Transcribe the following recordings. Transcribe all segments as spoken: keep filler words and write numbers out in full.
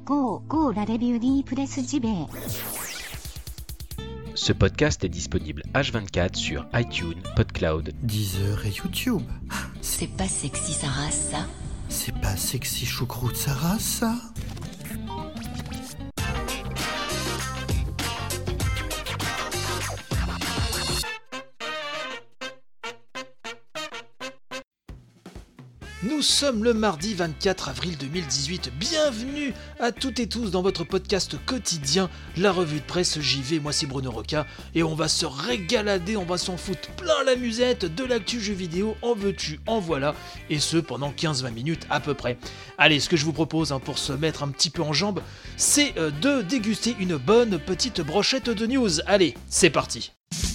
Go, go, la review di Presse J B. Ce podcast est disponible H vingt-quatre sur iTunes, PodCloud, Deezer et YouTube. C'est pas sexy Sarah, ça. C'est pas sexy choucroute Sarah, ça. Nous sommes le mardi vingt-quatre avril deux mille dix-huit, bienvenue à toutes et tous dans votre podcast quotidien, la revue de presse J V, moi c'est Bruno Roca, et on va se régalader, on va s'en foutre plein la musette, de l'actu jeu vidéo, en veux-tu, en voilà, et ce pendant quinze à vingt minutes à peu près. Allez, ce que je vous propose hein, pour se mettre un petit peu en jambes, c'est euh, de déguster une bonne petite brochette de news. Allez, c'est parti.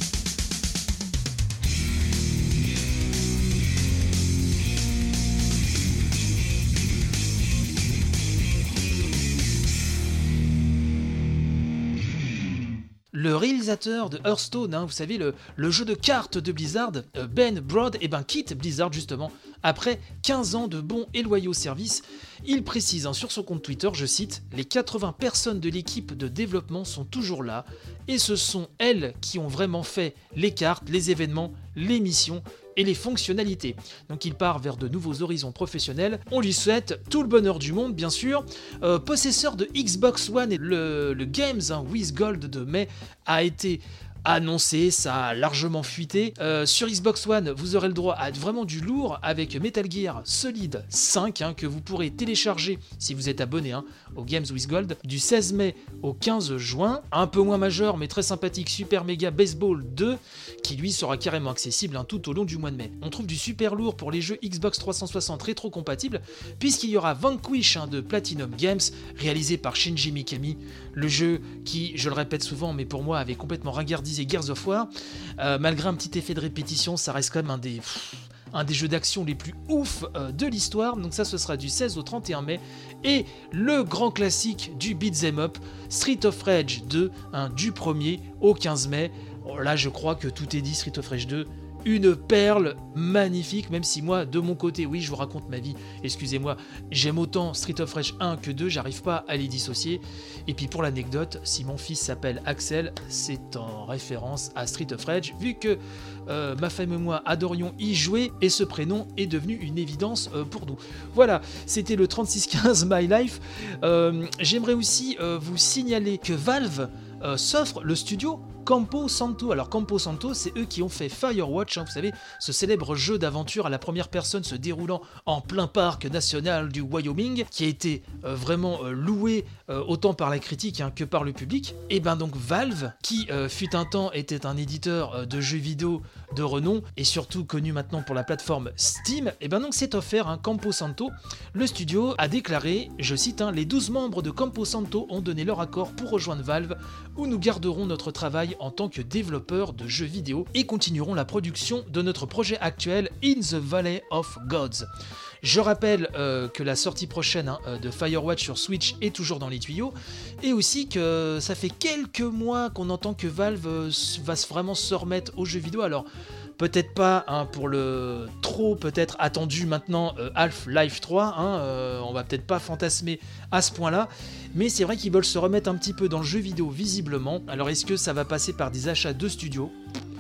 Le réalisateur de Hearthstone, hein, vous savez, le, le jeu de cartes de Blizzard, euh, Ben Brode, et ben quitte Blizzard justement, après quinze ans de bons et loyaux services. Il précise hein, sur son compte Twitter, je cite, « Les quatre-vingts personnes de l'équipe de développement sont toujours là, et ce sont elles qui ont vraiment fait les cartes, les événements, les missions, et les fonctionnalités. » Donc il part vers de nouveaux horizons professionnels. On lui souhaite tout le bonheur du monde, bien sûr. Euh, possesseur de Xbox One, et le, le Games hein, with Gold de mai a été annoncé, ça a largement fuité. Euh, sur Xbox One, vous aurez le droit à vraiment du lourd avec Metal Gear Solid cinq hein, que vous pourrez télécharger si vous êtes abonné hein, au Games with Gold du seize mai au quinze juin. Un peu moins majeur mais très sympathique, Super Mega Baseball deux qui lui sera carrément accessible hein, tout au long du mois de mai. On trouve du super lourd pour les jeux Xbox trois cent soixante rétro-compatibles puisqu'il y aura Vanquish hein, de Platinum Games réalisé par Shinji Mikami, le jeu qui, je le répète souvent mais pour moi avait complètement ringardisé Gears of War. Euh, malgré un petit effet de répétition, ça reste quand même un des, pff, un des jeux d'action les plus ouf euh, de l'histoire. Donc ça, ce sera du seize au trente et un mai. Et le grand classique du beat'em up, Street of Rage deux, hein, du premier au quinze mai. Oh, là, je crois que tout est dit, Street of Rage deux. Une perle magnifique, même si moi, de mon côté, oui, je vous raconte ma vie, excusez-moi, j'aime autant Street of Rage un que deux, j'arrive pas à les dissocier. Et puis pour l'anecdote, si mon fils s'appelle Axel, c'est en référence à Street of Rage, vu que euh, ma femme et moi adorions y jouer, et ce prénom est devenu une évidence euh, pour nous. Voilà, c'était le trente-six quinze My Life. Euh, j'aimerais aussi euh, vous signaler que Valve euh, s'offre le studio Campo Santo. Alors Campo Santo, c'est eux qui ont fait Firewatch, hein, vous savez, ce célèbre jeu d'aventure à la première personne se déroulant en plein parc national du Wyoming, qui a été euh, vraiment euh, loué euh, autant par la critique hein, que par le public. Et ben donc Valve, qui euh, fut un temps était un éditeur euh, de jeux vidéo de renom, et surtout connu maintenant pour la plateforme Steam, et ben donc c'est offert hein, Campo Santo. Le studio a déclaré, je cite, hein, « Les douze membres de Campo Santo ont donné leur accord pour rejoindre Valve, où nous garderons notre travail en tant que développeurs de jeux vidéo et continuerons la production de notre projet actuel In the Valley of Gods ». Je rappelle euh, que la sortie prochaine hein, de Firewatch sur Switch est toujours dans les tuyaux, et aussi que ça fait quelques mois qu'on entend que Valve euh, va vraiment se remettre aux jeux vidéo. Alors peut-être pas hein, pour le trop peut-être attendu maintenant euh, Half-Life trois, hein, euh, on va peut-être pas fantasmer à ce point-là, mais c'est vrai qu'ils veulent se remettre un petit peu dans le jeu vidéo visiblement. Alors est-ce que ça va passer par des achats de studios ?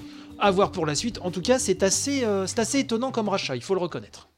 À voir pour la suite. En tout cas, c'est assez, euh, c'est assez étonnant comme rachat, il faut le reconnaître.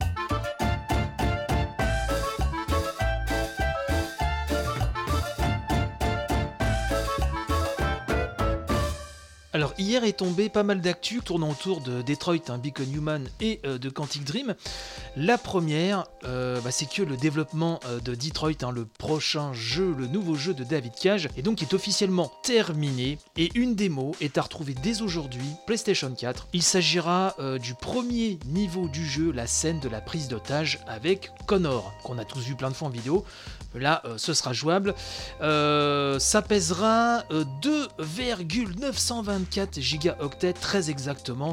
Alors hier est tombé pas mal d'actu tournant autour de Detroit, hein, Become Human et euh, de Quantic Dream. La première, euh, bah, c'est que le développement euh, de Detroit, hein, le prochain jeu, le nouveau jeu de David Cage, et donc est officiellement terminé, et une démo est à retrouver dès aujourd'hui, PlayStation quatre. Il s'agira euh, du premier niveau du jeu, la scène de la prise d'otage avec Connor, qu'on a tous vu plein de fois en vidéo. Là, euh, ce sera jouable. Euh, ça pèsera euh, deux virgule neuf cent vingt-quatre gigaoctets très exactement.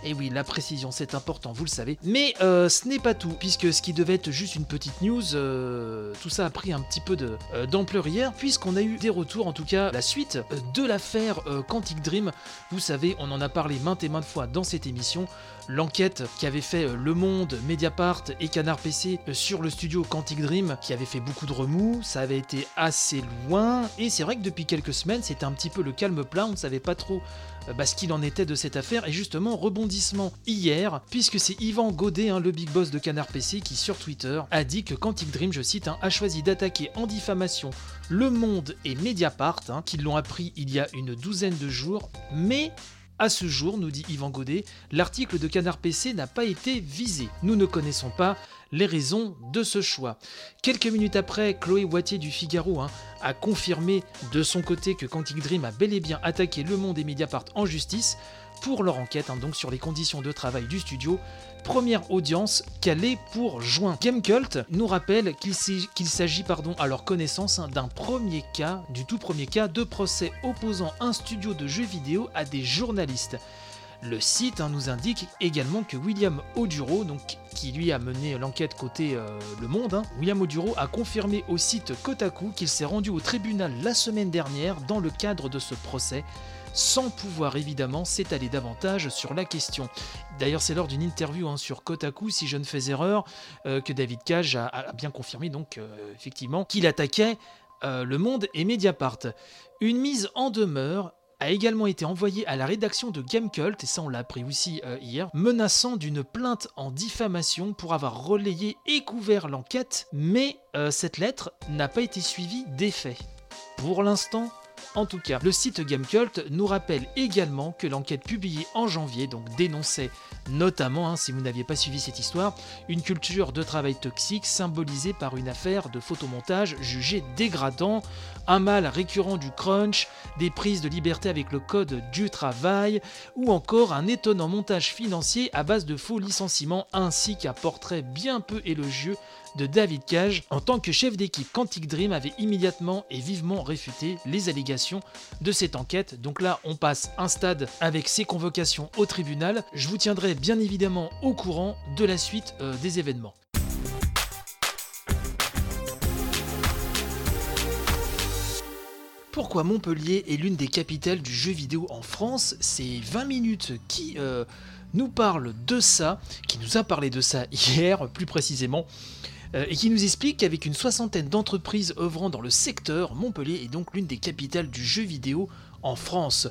Et oui, la précision c'est important, vous le savez. Mais euh, ce n'est pas tout, puisque ce qui devait être juste une petite news, euh, tout ça a pris un petit peu de, euh, d'ampleur hier, puisqu'on a eu des retours, en tout cas la suite euh, de l'affaire euh, Quantic Dream. Vous savez, on en a parlé maintes et maintes fois dans cette émission. L'enquête qui avait fait euh, Le Monde, Mediapart et Canard P C euh, sur le studio Quantic Dream, qui avait fait beaucoup de remous, ça avait été assez loin, et c'est vrai que depuis quelques semaines, c'était un petit peu le calme plat, on ne savait pas trop euh, bah, ce qu'il en était de cette affaire, et justement, rebondissement hier, puisque c'est Yvan Godet, hein, le big boss de Canard P C, qui sur Twitter a dit que Quantic Dream, je cite, hein, a choisi d'attaquer en diffamation Le Monde et Mediapart, hein, qui l'ont appris il y a une douzaine de jours, mais... à ce jour, nous dit Yvan Godet, l'article de Canard P C n'a pas été visé. Nous ne connaissons pas les raisons de ce choix. Quelques minutes après, Chloé Wattier du Figaro hein, a confirmé de son côté que Quantic Dream a bel et bien attaqué Le Monde et Mediapart en justice pour leur enquête hein, donc sur les conditions de travail du studio. Première audience calée pour juin. Gamecult nous rappelle qu'il, qu'il s'agit pardon, à leur connaissance hein, d'un premier cas, du tout premier cas de procès opposant un studio de jeux vidéo à des journalistes. Le site hein, nous indique également que William Oduro, donc, qui lui a mené l'enquête côté euh, Le Monde, hein, William Oduro a confirmé au site Kotaku qu'il s'est rendu au tribunal la semaine dernière dans le cadre de ce procès, sans pouvoir évidemment s'étaler davantage sur la question. D'ailleurs, c'est lors d'une interview hein, sur Kotaku, si je ne fais erreur, euh, que David Cage a, a bien confirmé donc euh, effectivement qu'il attaquait euh, Le Monde et Mediapart. Une mise en demeure a également été envoyée à la rédaction de Gamecult, et ça on l'a appris aussi euh, hier, menaçant d'une plainte en diffamation pour avoir relayé et couvert l'enquête, mais euh, cette lettre n'a pas été suivie d'effet. Pour l'instant, en tout cas, le site Gamecult nous rappelle également que l'enquête publiée en janvier donc dénonçait notamment, hein, si vous n'aviez pas suivi cette histoire, une culture de travail toxique symbolisée par une affaire de photomontage jugée dégradant, un mal récurrent du crunch, des prises de liberté avec le code du travail, ou encore un étonnant montage financier à base de faux licenciements, ainsi qu'un portrait bien peu élogieux de David Cage en tant que chef d'équipe. Quantic Dream avait immédiatement et vivement réfuté les allégations de cette enquête. Donc là, on passe un stade avec ces convocations au tribunal. Je vous tiendrai bien évidemment au courant de la suite euh, des événements. Pourquoi Montpellier est l'une des capitales du jeu vidéo en France? C'est vingt minutes qui euh, nous parle de ça, qui nous a parlé de ça hier plus précisément, euh, et qui nous explique qu'avec une soixantaine d'entreprises œuvrant dans le secteur, Montpellier est donc l'une des capitales du jeu vidéo en France.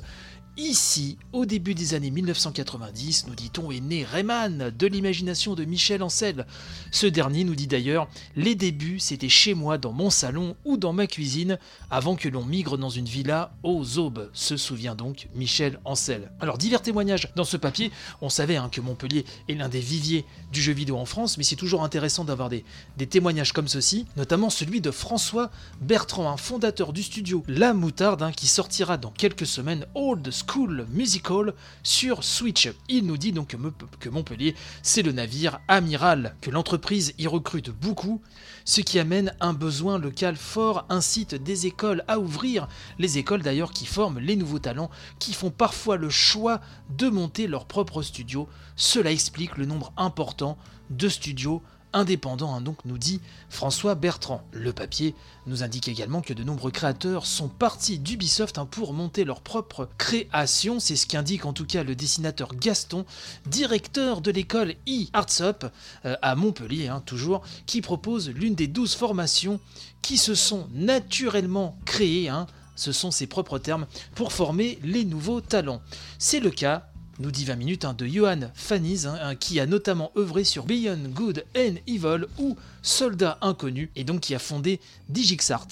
Ici, au début des années mille neuf cent quatre-vingt-dix, nous dit-on, est né Rayman, de l'imagination de Michel Ancel. Ce dernier nous dit d'ailleurs « Les débuts, c'était chez moi, dans mon salon ou dans ma cuisine, avant que l'on migre dans une villa aux aubes », se souvient donc Michel Ancel. Alors, divers témoignages dans ce papier. On savait hein, que Montpellier est l'un des viviers du jeu vidéo en France, mais c'est toujours intéressant d'avoir des, des témoignages comme ceci, notamment celui de François Bertrand, un fondateur du studio La Moutarde, hein, qui sortira dans quelques semaines Old School Musical sur Switch. Il nous dit donc que Montpellier, c'est le navire amiral, que l'entreprise y recrute beaucoup, ce qui amène un besoin local fort, incite des écoles à ouvrir, les écoles d'ailleurs qui forment les nouveaux talents, qui font parfois le choix de monter leur propre studio. Cela explique le nombre important de studios indépendant, hein, donc nous dit François Bertrand. Le papier nous indique également que de nombreux créateurs sont partis d'Ubisoft hein, pour monter leur propre création. C'est ce qu'indique en tout cas le dessinateur Gaston, directeur de l'école e-Artsup euh, à Montpellier, hein, toujours, qui propose l'une des douze formations qui se sont naturellement créées, hein, ce sont ses propres termes, pour former les nouveaux talents. C'est le cas, nous dit vingt minutes, hein, de Johan Faniz, hein, qui a notamment œuvré sur Beyond Good and Evil ou Soldat Inconnu, et donc qui a fondé Digixart.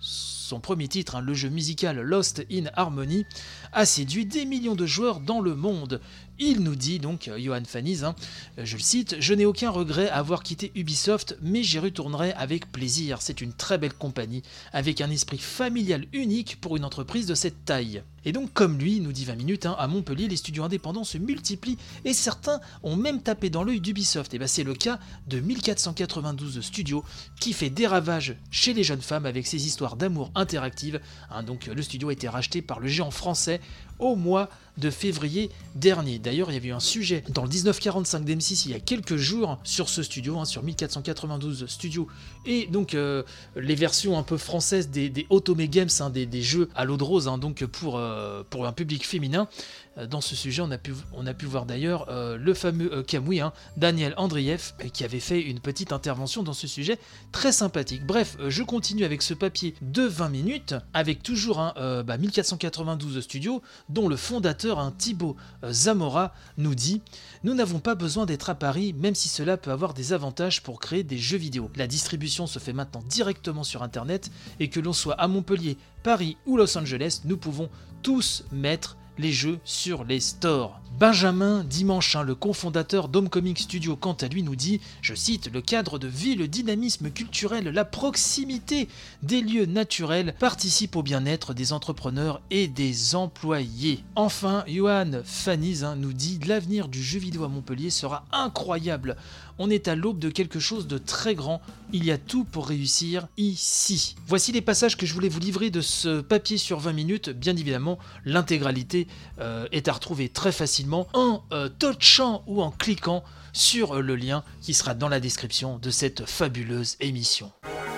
Son premier titre, hein, le jeu musical Lost in Harmony, a séduit des millions de joueurs dans le monde. Il nous dit donc, Johan Faniz, hein, je le cite, « Je n'ai aucun regret à avoir quitté Ubisoft, mais j'y retournerai avec plaisir. C'est une très belle compagnie, avec un esprit familial unique pour une entreprise de cette taille. » Et donc, comme lui, nous dit vingt minutes, hein, à Montpellier, les studios indépendants se multiplient et certains ont même tapé dans l'œil d'Ubisoft. Et ben, c'est le cas de mille quatre cent quatre-vingt-douze Studios qui fait des ravages chez les jeunes femmes avec ses histoires d'amour interactives. Hein, donc, le studio a été racheté par le géant français au mois de février dernier. D'ailleurs, il y avait eu un sujet dans le dix-neuf quarante-cinq d'M six il y a quelques jours sur ce studio, hein, sur mille quatre cent quatre-vingt-douze Studio, et donc euh, les versions un peu françaises des, des Otome Games, hein, des, des jeux à l'eau de rose, hein, donc pour, euh, pour un public féminin. Dans ce sujet, on a pu, on a pu voir d'ailleurs euh, le fameux euh, Kamui, hein, Daniel Andrieff, euh, qui avait fait une petite intervention dans ce sujet très sympathique. Bref, euh, je continue avec ce papier de vingt minutes, avec toujours un euh, bah, mille quatre cent quatre-vingt-douze Studio, dont le fondateur, un Thibaut euh, Zamora, nous dit « Nous n'avons pas besoin d'être à Paris, même si cela peut avoir des avantages pour créer des jeux vidéo. La distribution se fait maintenant directement sur Internet, et que l'on soit à Montpellier, Paris ou Los Angeles, nous pouvons tous mettre les jeux sur les stores. » Benjamin Dimanche, hein, le cofondateur d'Home Comic Studio, quant à lui, nous dit, je cite, « Le cadre de vie, le dynamisme culturel, la proximité des lieux naturels participent au bien-être des entrepreneurs et des employés. » Enfin, Johan Faniz, hein, nous dit, « L'avenir du jeu vidéo à Montpellier sera incroyable. On est à l'aube de quelque chose de très grand. Il y a tout pour réussir ici. » Voici les passages que je voulais vous livrer de ce papier sur vingt minutes. Bien évidemment, l'intégralité euh, est à retrouver très facilement en euh, touchant ou en cliquant sur euh, le lien qui sera dans la description de cette fabuleuse émission.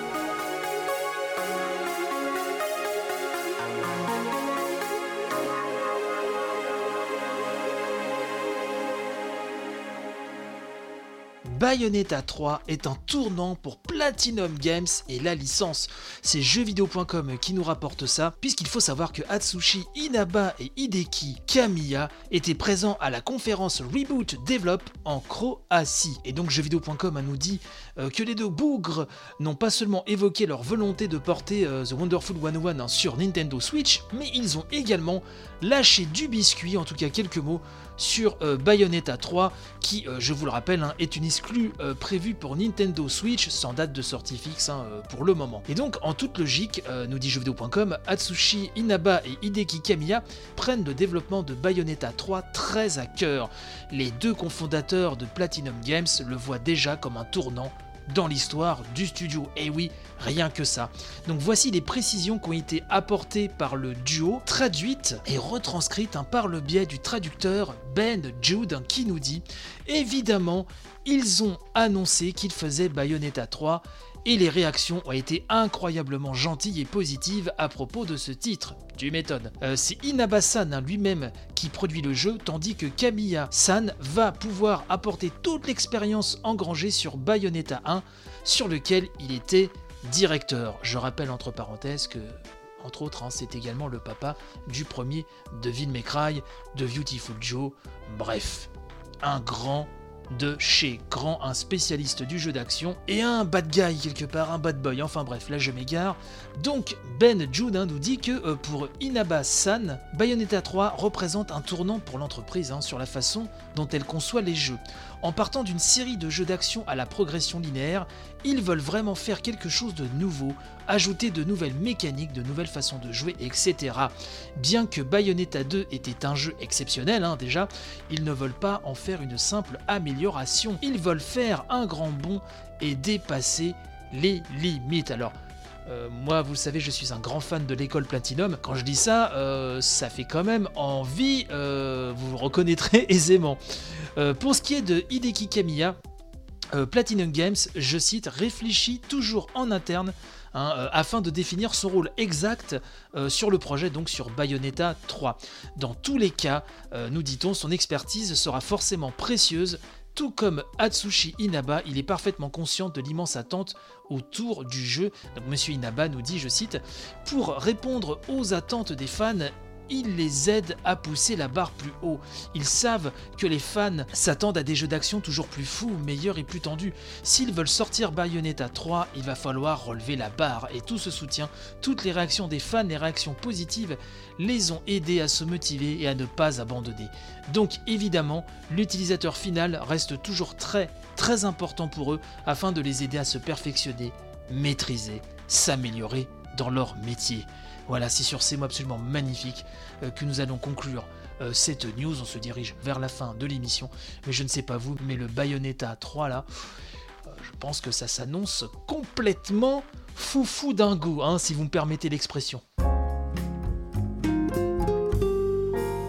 Bayonetta trois est un tournant pour Platinum Games et la licence. C'est jeuxvideo point com qui nous rapporte ça, puisqu'il faut savoir que Atsushi Inaba et Hideki Kamiya étaient présents à la conférence Reboot Develop en Croatie. Et donc jeuxvideo point com nous dit euh, que les deux bougres n'ont pas seulement évoqué leur volonté de porter euh, The Wonderful cent un hein, sur Nintendo Switch, mais ils ont également lâché du biscuit, en tout cas quelques mots, sur euh, Bayonetta trois, qui, euh, je vous le rappelle, hein, est une exclue euh, prévue pour Nintendo Switch, sans date de sortie fixe hein, euh, pour le moment. Et donc, en toute logique, euh, nous dit jeuxvideo point com, Atsushi Inaba et Hideki Kamiya prennent le développement de Bayonetta trois très à cœur. Les deux cofondateurs de Platinum Games le voient déjà comme un tournant dans l'histoire du studio. Et oui, rien que ça. Donc voici les précisions qui ont été apportées par le duo, traduites et retranscrites hein, par le biais du traducteur Ben Jude hein, qui nous dit « Évidemment, ils ont annoncé qu'ils faisaient Bayonetta trois et les réactions ont été incroyablement gentilles et positives à propos de ce titre. Tu m'étonnes. Euh, c'est Inaba-san hein, lui-même qui produit le jeu, tandis que Kamiya-san va pouvoir apporter toute l'expérience engrangée sur Bayonetta un, sur lequel il était directeur. Je rappelle entre parenthèses que, entre autres, hein, c'est également le papa du premier Devil May Cry, de Beautiful Joe, bref, un grand de chez grand, un spécialiste du jeu d'action et un bad guy quelque part, un bad boy, enfin bref, là je m'égare. Donc Ben Jude hein, nous dit que euh, pour Inaba-san, Bayonetta trois représente un tournant pour l'entreprise hein, sur la façon dont elle conçoit les jeux. En partant d'une série de jeux d'action à la progression linéaire, ils veulent vraiment faire quelque chose de nouveau, ajouter de nouvelles mécaniques, de nouvelles façons de jouer, et cetera. Bien que Bayonetta deux était un jeu exceptionnel hein, déjà, ils ne veulent pas en faire une simple amélioration. Ils veulent faire un grand bond et dépasser les limites. Alors, Euh, moi, vous le savez, je suis un grand fan de l'école Platinum. Quand je dis ça, euh, ça fait quand même envie, euh, vous le reconnaîtrez aisément. Euh, pour ce qui est de Hideki Kamiya, euh, Platinum Games, je cite, réfléchit toujours en interne hein, euh, afin de définir son rôle exact euh, sur le projet, donc sur Bayonetta trois. Dans tous les cas, euh, nous dit-on, son expertise sera forcément précieuse. Tout comme Atsushi Inaba, il est parfaitement conscient de l'immense attente autour du jeu. Donc Monsieur Inaba nous dit, je cite, « Pour répondre aux attentes des fans, il les aide à pousser la barre plus haut. Ils savent que les fans s'attendent à des jeux d'action toujours plus fous, meilleurs et plus tendus. S'ils veulent sortir Bayonetta trois, il va falloir relever la barre. Et tout ce soutien, toutes les réactions des fans, les réactions positives, les ont aidés à se motiver et à ne pas abandonner. Donc évidemment, l'utilisateur final reste toujours très très important pour eux afin de les aider à se perfectionner, maîtriser, s'améliorer dans leur métier. » Voilà, c'est sur ces mots absolument magnifiques euh, que nous allons conclure euh, cette news. On se dirige vers la fin de l'émission, mais je ne sais pas vous, mais le Bayonetta trois là, euh, je pense que ça s'annonce complètement foufou dingo, hein, si vous me permettez l'expression.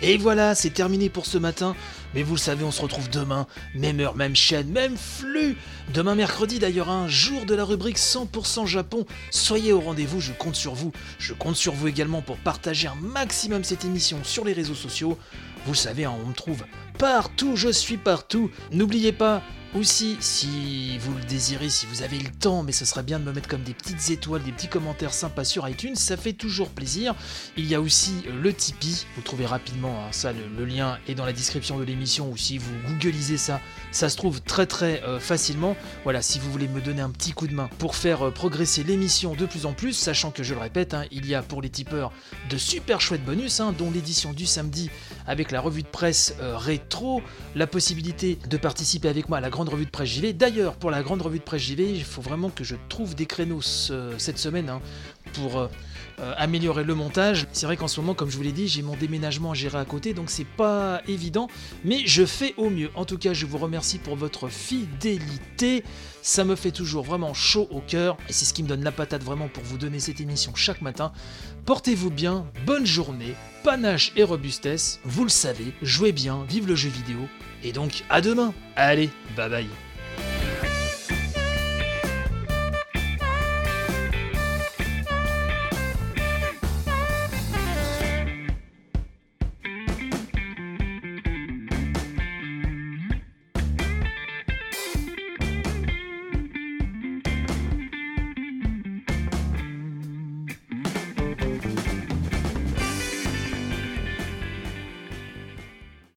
Et voilà, c'est terminé pour ce matin. Mais vous le savez, on se retrouve demain, même heure, même chaîne, même flux. Demain mercredi d'ailleurs, un jour de la rubrique cent pour cent Japon. Soyez au rendez-vous, je compte sur vous. Je compte sur vous également pour partager un maximum cette émission sur les réseaux sociaux. Vous le savez, hein, on me trouve partout, je suis partout. N'oubliez pas aussi, si vous le désirez, si vous avez le temps, mais ce serait bien de me mettre comme des petites étoiles, des petits commentaires sympas sur iTunes, ça fait toujours plaisir. Il y a aussi le Tipeee, vous le trouvez rapidement, hein, ça, le, le lien est dans la description de l'émission, ou si vous googlisez ça, ça se trouve très très euh, facilement. Voilà, si vous voulez me donner un petit coup de main pour faire euh, progresser l'émission de plus en plus, sachant que je le répète, hein, il y a pour les tipeurs de super chouettes bonus, hein, dont l'édition du samedi avec la revue de presse euh, rétro, la possibilité de participer avec moi à la grande revue de presse J V. D'ailleurs, pour la grande revue de presse J V, il faut vraiment que je trouve des créneaux ce, cette semaine hein, pour euh, euh, améliorer le montage. C'est vrai qu'en ce moment, comme je vous l'ai dit, j'ai mon déménagement à gérer à côté, donc c'est pas évident, mais je fais au mieux. En tout cas, je vous remercie pour votre fidélité. Ça me fait toujours vraiment chaud au cœur, et c'est ce qui me donne la patate vraiment pour vous donner cette émission chaque matin. Portez-vous bien, bonne journée, panache et robustesse, vous le savez, jouez bien, vive le jeu vidéo, et donc à demain. Allez, bye bye.